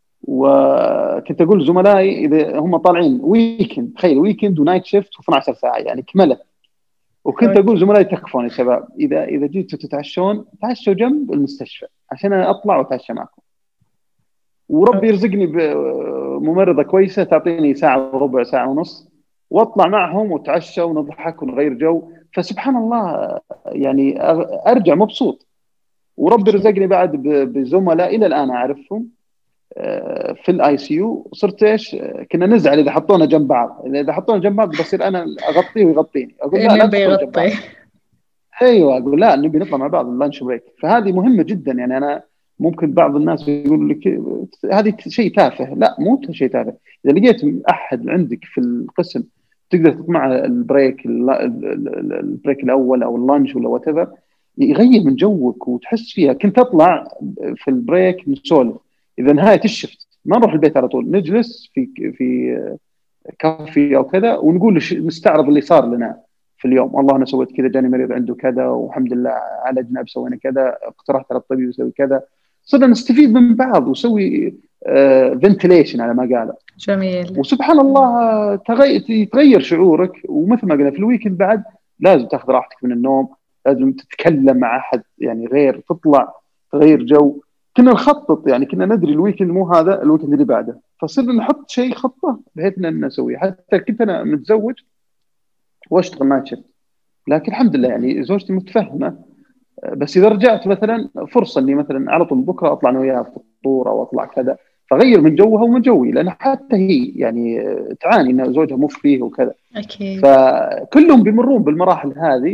وكنت اقول لزملائي اذا هم طالعين ويكند، تخيل ويكند ونايت شيفت و12 ساعه يعني كملت، وكنت اقول زملائي تكفون يا شباب، اذا اذا جيتوا تتعشون تعشوا جنب المستشفى عشان انا اطلع واتعشى معكم، وربي يرزقني بممرضه كويسه تعطيني ساعه وربع ساعه ونص واطلع معهم وتعشى ونضحك ونغير جو. فسبحان الله يعني ارجع مبسوط. وربي رزقني بعد بزملاء الى الان اعرفهم في الاي سي يو، صرت ايش كنا نزعل اذا حطونا جنب بعض، اذا حطونا جنب بعض بصير انا اغطيه ويغطيني، اقول لا لا تحطونا جنب بعض. ايوه اقول لا نبي نطلع مع بعض اللانش بريك. فهذه مهمه جدا. يعني انا ممكن بعض الناس يقول لك هذه شيء تافه، لا مو شيء تافه. اذا لقيت احد عندك في القسم تقدر تطمع البريك البريك الاول او اللانش ولا وات ايفر، يغير من جوك وتحس فيها. كنت اطلع في البريك نسولف، اذا نهايه الشفت ما نروح البيت على طول، نجلس في في كافي او كذا ونقول نستعرض اللي صار لنا في اليوم. والله انا سويت كذا، جاني مريض عنده كذا والحمد لله عالجنا، بسوينا كذا، اقترحت على الطبيب يسوي كذا. صرنا نستفيد من بعض وسوي فنتليشن على ما قال. جميل. وسبحان الله تغير يتغير شعورك. ومثل ما قلنا في الويكند بعد لازم تاخذ راحتك من النوم، لازم تتكلم مع احد يعني غير، تطلع تغير جو. كنا نخطط يعني كنا ندري الويكند مو هذا الويكند اللي بعده، فصرنا نحط شيء خطه بحيث ان نسويه. حتى كنت انا متزوج واشتغل نايت شيفت، لكن الحمد لله يعني زوجتي متفهمه. بس اذا رجعت مثلا فرصه اني مثلا على طول بكره اطلع انا وياها فطور او اطلع كذا، فغير من جوها ومن جوي، لان حتى هي يعني تعاني ان زوجها مو فيه وكذا. اكيد. فكلهم بيمرون بالمراحل هذه.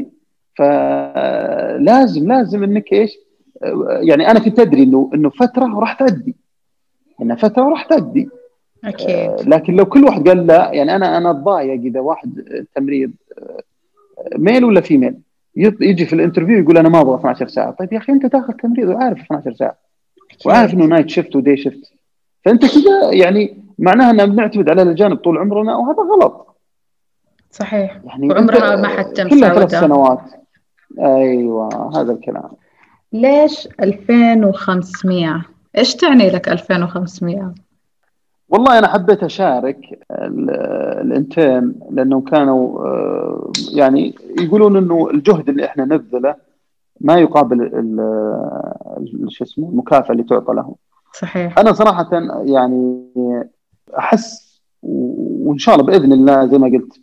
فلازم لازم انك ايش يعني انا كنت ادري انه انه فتره وراح تعدي، انها فتره وراح تعدي. اكيد. لكن لو كل واحد قال لا، يعني انا انا اتضايق اذا واحد تمريض ميل ولا فيميل يجي في الانترفيو يقول انا ما ابغى اثنتي عشرة ساعه. طيب يا اخي انت داخل تمريض وعارف اثنتي عشرة ساعه وعارف انه نايت شيفت ودي شيفت، فانت كذا يعني معناها ان بنعتمد على الاجانب طول عمرنا، وهذا غلط. صحيح. يعني وعمرها ما حتتم كلها ثلاث سعودة. سنوات. ايوه هذا الكلام. ليش ألفين وخمسمية؟ ايش تعني لك ألفين وخمسمية؟ والله انا حبيت اشارك الانترن لانهم كانوا يعني يقولون انه الجهد اللي احنا نبذله ما يقابل شو اسمه المكافاه اللي تعطى لهم. صحيح. انا صراحه يعني احس وان شاء الله باذن الله زي ما قلت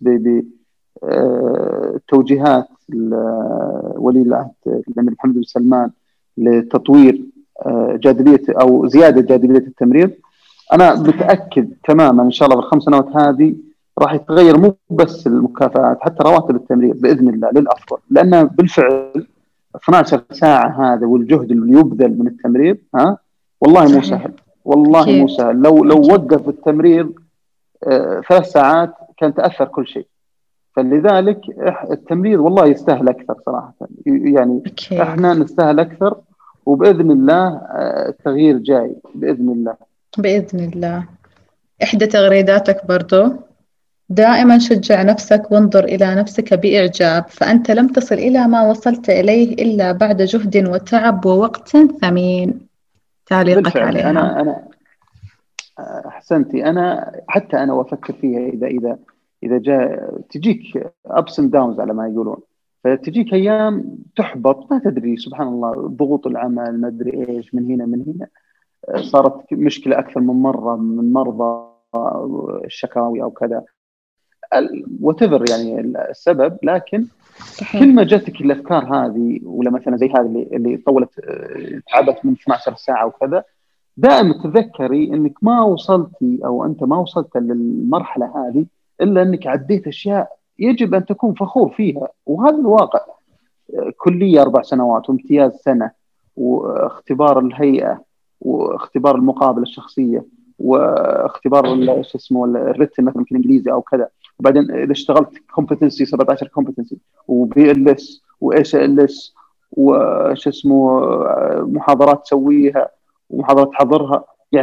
بتوجيهات ولي العهد الامير محمد بن سلمان لتطوير جاذبيه او زياده جاذبيه التمريض، انا صحيح. متاكد تماما ان شاء الله بالخمس سنوات هذه راح يتغير مو بس المكافآت، حتى رواتب التمريض باذن الله للافضل. لان بالفعل اثنتي عشرة ساعه هذا والجهد اللي يبذل من التمريض ها والله صحيح. مو سهل، والله أكيد. مو سهل. لو لو أكيد. وقف التمريض آه ثلاث ساعات كان تاثر كل شيء. فلذلك التمريض والله يستاهل اكثر صراحه، يعني أكيد. احنا نستاهل اكثر، وباذن الله التغيير جاي باذن الله. باذن الله. احدى تغريداتك برضو دائما شجع نفسك وانظر إلى نفسك بإعجاب، فأنت لم تصل إلى ما وصلت إليه إلا بعد جهد وتعب ووقت ثمين. تعليقك بالفعل. عليها؟ أنا أنا أحسنتي. أنا حتى أنا وأفكر فيها إذا إذا إذا جاء تجيك ups and downs على ما يقولون، فتجيك أيام تحبط ما تدري سبحان الله ضغوط العمل ما أدري إيش من هنا من هنا، صارت مشكلة أكثر من مرة من مرضى الشكاوي أو كذا whatever يعني السبب. لكن صحيح. كل ما جاتك الافكار هذه ولا مثلا زي هذه اللي اللي طولت تعبت من اثنتي عشرة ساعه وكذا، دائما تذكري انك ما وصلتي او انت ما وصلت للمرحله هذه الا انك عديت اشياء يجب ان تكون فخور فيها. وهذا الواقع. كليه اربع سنوات وامتياز سنه واختبار الهيئه واختبار المقابله الشخصيه واختبار شو اسمه الريتن مثلا يمكن انجليزي او كذا، وبعدين اذا اشتغلت كومبتنسي سبعة عشر كومبتنسي وبي ال اس وايش ال اس وش اسمه محاضرات تسويها ومحاضرات تحضرها، يعني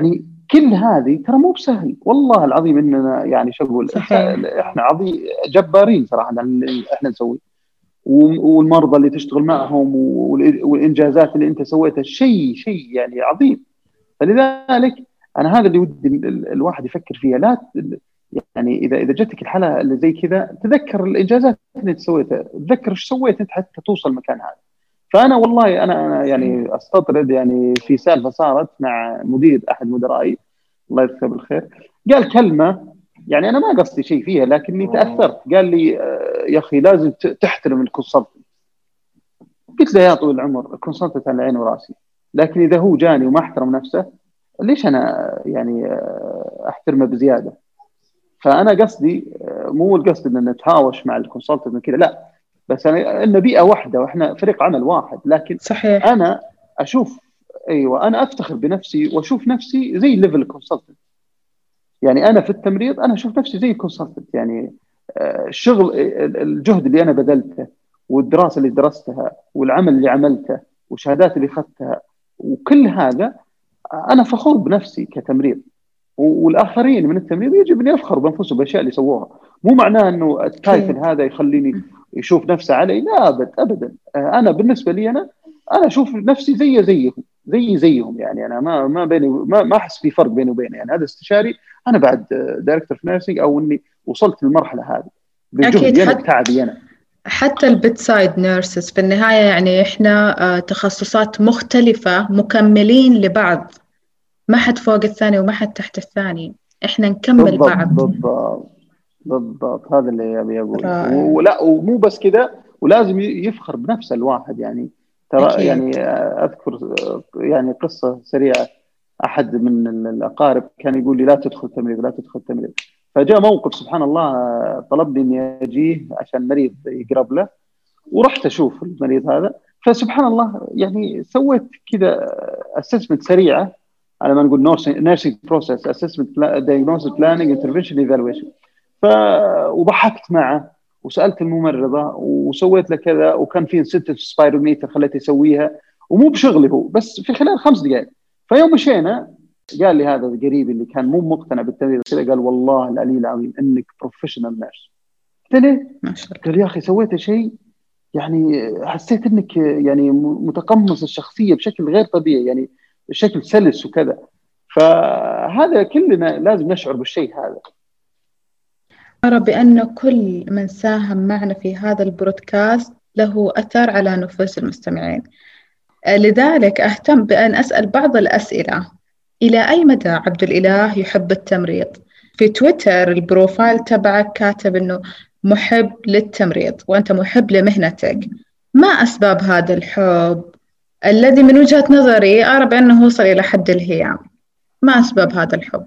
كل هذه ترى مو بسهل والله العظيم. اننا يعني شو اقول، احنا عظيم جبارين صراحه اللي احنا نسويه، والمرضى اللي تشتغل معهم والانجازات اللي انت سويتها شيء شيء يعني عظيم. فلذلك انا هذا اللي ودي الواحد يفكر فيها. لا يعني اذا اذا جتك الحاله اللي زي كذا تذكر الانجازات اللي انت سويتها، تذكر ايش سويت انت حتى توصل المكان هذا. فانا والله انا انا يعني استطرد يعني في سالفه صارت مع مدير احد مدرائي الله يذكره بالخير، قال كلمه يعني انا ما قصدي شيء فيها لكني تاثرت. قال لي يا اخي لازم تحترم الكونسلتنت. قلت له يا طويل العمر الكونسلتنت على عيني وراسي، لكن اذا هو جاني وما احترم نفسه ليش انا يعني احترمه بزياده؟ فانا قصدي مو القصد ان نتهاوش مع الكونسلتنت كذا، لا، بس انا ان بيئه واحده واحنا فريق عمل واحد. لكن صحيح. انا اشوف ايوه انا افتخر بنفسي واشوف نفسي زي ليفل كونسلتنت. يعني انا في التمريض انا اشوف نفسي زي كونسلتنت. يعني الشغل الجهد اللي انا بذلته والدراسه اللي درستها والعمل اللي عملته والشهادات اللي اخذتها وكل هذا انا فخور بنفسي كتمريض. والاخرين من التمريض يجب ان يفخروا بانفسهم بالاشياء اللي سووها. مو معناه انه التايتل هذا يخليني يشوف نفسه علي، لا ابد ابدا. انا بالنسبه لي انا انا اشوف نفسي زي زيهم زي زيهم. يعني انا ما ما بيني ما ما احس في فرق بيني وبينه. يعني هذا استشاري، انا بعد دايركتور في نيرسينج او اني وصلت للمرحله هذه بجهدي انا بتعبي انا. حتى البيت سايد نيرسز في النهايه يعني احنا تخصصات مختلفه مكملين لبعض، ما حد فوق الثاني وما حد تحت الثاني، احنا نكمل بالضبط بعض. بالضبط بالضبط هذا اللي ابي اقوله. ولا ومو بس كذا، ولازم يفخر بنفسه الواحد. يعني ترى أكيد. يعني اذكر يعني قصه سريعه، احد من الاقارب كان يقول لي لا تدخل تمريض لا تدخل تمريض. فجاء موقف سبحان الله طلبني اني اجيه عشان مريض يقرب له، ورحت اشوف المريض هذا. فسبحان الله يعني سويت كذا اسسمنت سريعه على ما نقول نيرسينج بروسيس اسسمنت دايجنوستيك بلاننج انترفنشن ايفالويشن. ف وضحكت معه وسالت الممرضه وسويت له كذا، وكان في انسنتيف سبايروميتر خليته يسويها ومو بشغلي هو بس في خلال خمس دقائق. فيوم مشينا قال لي هذا قريبي اللي كان مو مقتنع بالتمريض كذا، قال والله العلي العظيم انك بروفيشنال نيرس. قلت له ليه؟ قال يا اخي سويت شيء يعني حسيت انك يعني متقمص الشخصيه بشكل غير طبيعي، يعني بشكل سلس وكذا. فهذا كلنا لازم نشعر بالشيء هذا. أرى بأن كل من ساهم معنا في هذا البودكاست له أثر على نفوس المستمعين، لذلك أهتم بأن أسأل بعض الأسئلة. إلى أي مدى عبد الإله يحب التمريض؟ في تويتر البروفايل تبعك كاتب أنه محب للتمريض وأنت محب لمهنتك. ما أسباب هذا الحب الذي من وجهة نظري أرى بأنه وصل إلى حد الهيام؟ ما أسباب هذا الحب؟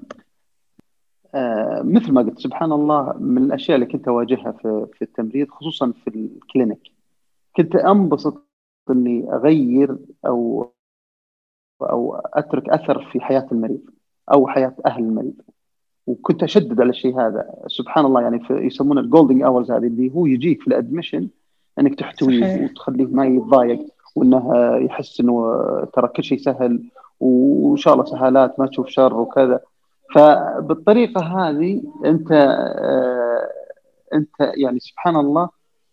آه مثل ما قلت سبحان الله، من الأشياء اللي كنت أواجهها في, في التمريض خصوصا في الكلينيك، كنت أنبسط أني أغير أو أو أترك أثر في حياة المريض أو حياة أهل المريض. وكنت أشدد على الشيء هذا سبحان الله. يعني يسمونه الجولدن اورز، هذه اللي هو يجيك في الادميشن انك تحتويه وتخليه ما يتضايق، وانه يحس انه ترى كل شيء سهل وان شاء الله سهالات ما تشوف شر وكذا. فبالطريقه هذه انت آه انت يعني سبحان الله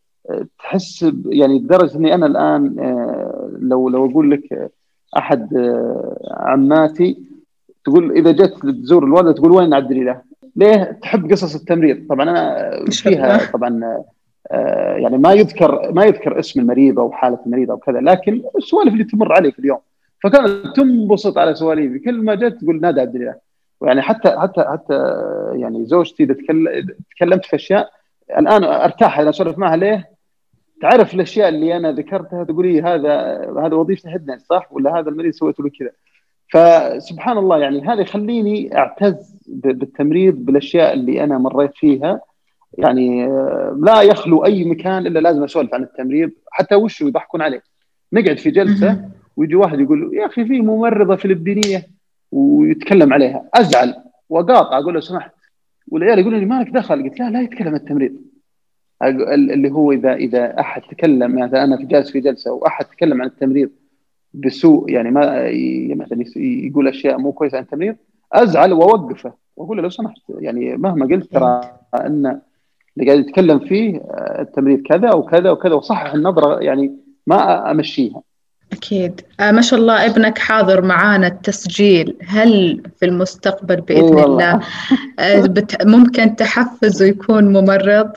تحس يعني لدرجه اني انا الان آه لو لو اقول لك احد آه عماتي تقول اذا جت تزور الوالده تقول وين عبد الاله؟ ليه؟ تحب قصص التمريض. طبعا انا فيها طبعا آه يعني ما يذكر ما يذكر اسم المريض او حاله المريض او كذا، لكن السوالف اللي تمر علي في اليوم. فكانت تنبسط على سواليفي، كل ما جت تقول نادى عبد الاله. ويعني حتى حتى حتى يعني زوجتي اذا تكلمت في اشياء الان ارتاح انا اسولف معها. ليه؟ تعرف الاشياء اللي انا ذكرتها تقولي هذا هذا وظيفه هدنا صح، ولا هذا المريض سويته له كذا. فسبحان الله يعني هذا يخليني اعتز بالتمريض بالاشياء اللي انا مريت فيها. يعني لا يخلو اي مكان الا لازم اسولف عن التمريض، حتى وش يضحكون عليه. نقعد في جلسه ويجي واحد يقول يا اخي في ممرضه فلبينيه ويتكلم عليها، ازعل واقاطع اقول له سمحت، والعيال يقولوا لي مالك دخل؟ قلت لا لا يتكلم عن التمريض. اللي هو اذا اذا احد تكلم مثلا انا في جالس في جلسه واحد تكلم عن التمريض بسوء، يعني ما مثلا يقول اشياء مو كويسه عن التمريض، ازعل واوقفه واقول له لو سمحت، يعني مهما قلت ترى ان اللي قاعد يتكلم فيه التمريض كذا وكذا وكذا، وصحح النظره، يعني ما امشيها. أكيد. آه ما شاء الله ابنك حاضر معانا التسجيل، هل في المستقبل اي بإذن الله والله. آه بت... ممكن تحفز ويكون ممرض؟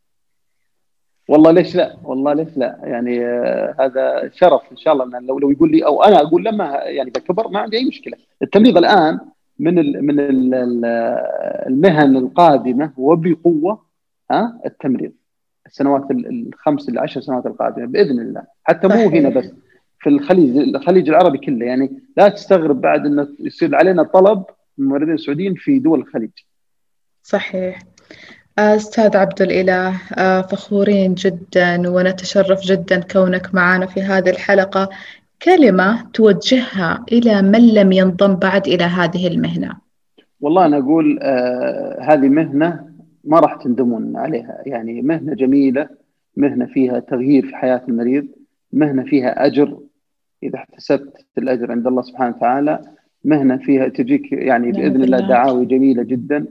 والله ليش لا، والله ليش لا، يعني آه هذا شرف ان شاء الله. إن لو لو يقول لي او انا اقول له، ما يعني بكبر ما عندي اي مشكله. التمريض الان من ال من ال المهن القادمه وبقوه. ها التمريض السنوات الخمس الى عشر سنوات القادمه باذن الله، حتى مو هنا صحيح. بس، في الخليج الخليج العربي كله. يعني لا تستغرب بعد انه يصير علينا طلب من الممرضين السعوديين في دول الخليج. صحيح. أستاذ عبد الإله، فخورين جدا ونتشرف جدا كونك معنا في هذه الحلقة. كلمة توجهها إلى من لم ينضم بعد إلى هذه المهنة. والله أنا أقول آه هذه مهنة ما راح تندمون عليها، يعني مهنة جميلة، مهنة فيها تغيير في حياة المريض، مهنة فيها أجر إذا احتسبت الأجر عند الله سبحانه وتعالى، مهنة فيها تجيك يعني نعم بإذن الله بالله. دعاوي جميلة جدا.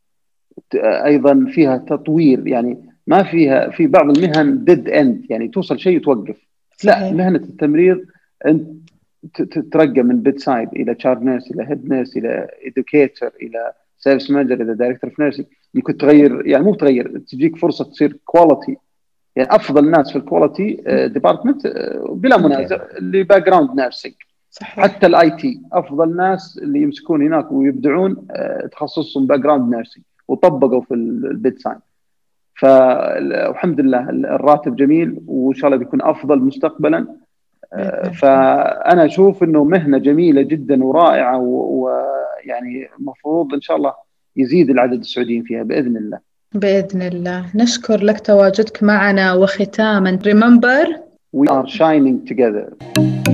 أيضا فيها تطوير، يعني ما فيها في بعض المهن ديد اند، يعني توصل شيء وتوقف. لا، صحيح. مهنة التمريض أنت تترقى من بيد سايد الى تشارج نيرس الى هيد نيرس الى ادوكيتر الى سيرفيس مانجر الى دايركتور اوف نيرسينج. ممكن تغير، يعني مو تغير، تجيك فرصه تصير كواليتي، يعني افضل ناس في الكواليتي ديبارتمنت بلا منازع اللي باك جراوند نيرسينج. حتى الاي تي افضل ناس اللي يمسكون هناك ويبدعون تخصصهم باك جراوند نيرسينج وطبقوا في البيد سايد. فالحمد لله الراتب جميل، وان شاء الله بيكون افضل مستقبلا. فأنا أشوف أنه مهنة جميلة جدا ورائعة، ويعني المفروض إن شاء الله يزيد العدد السعوديين فيها بإذن الله. بإذن الله. نشكر لك تواجدك معنا، وختاما remember we are shining together.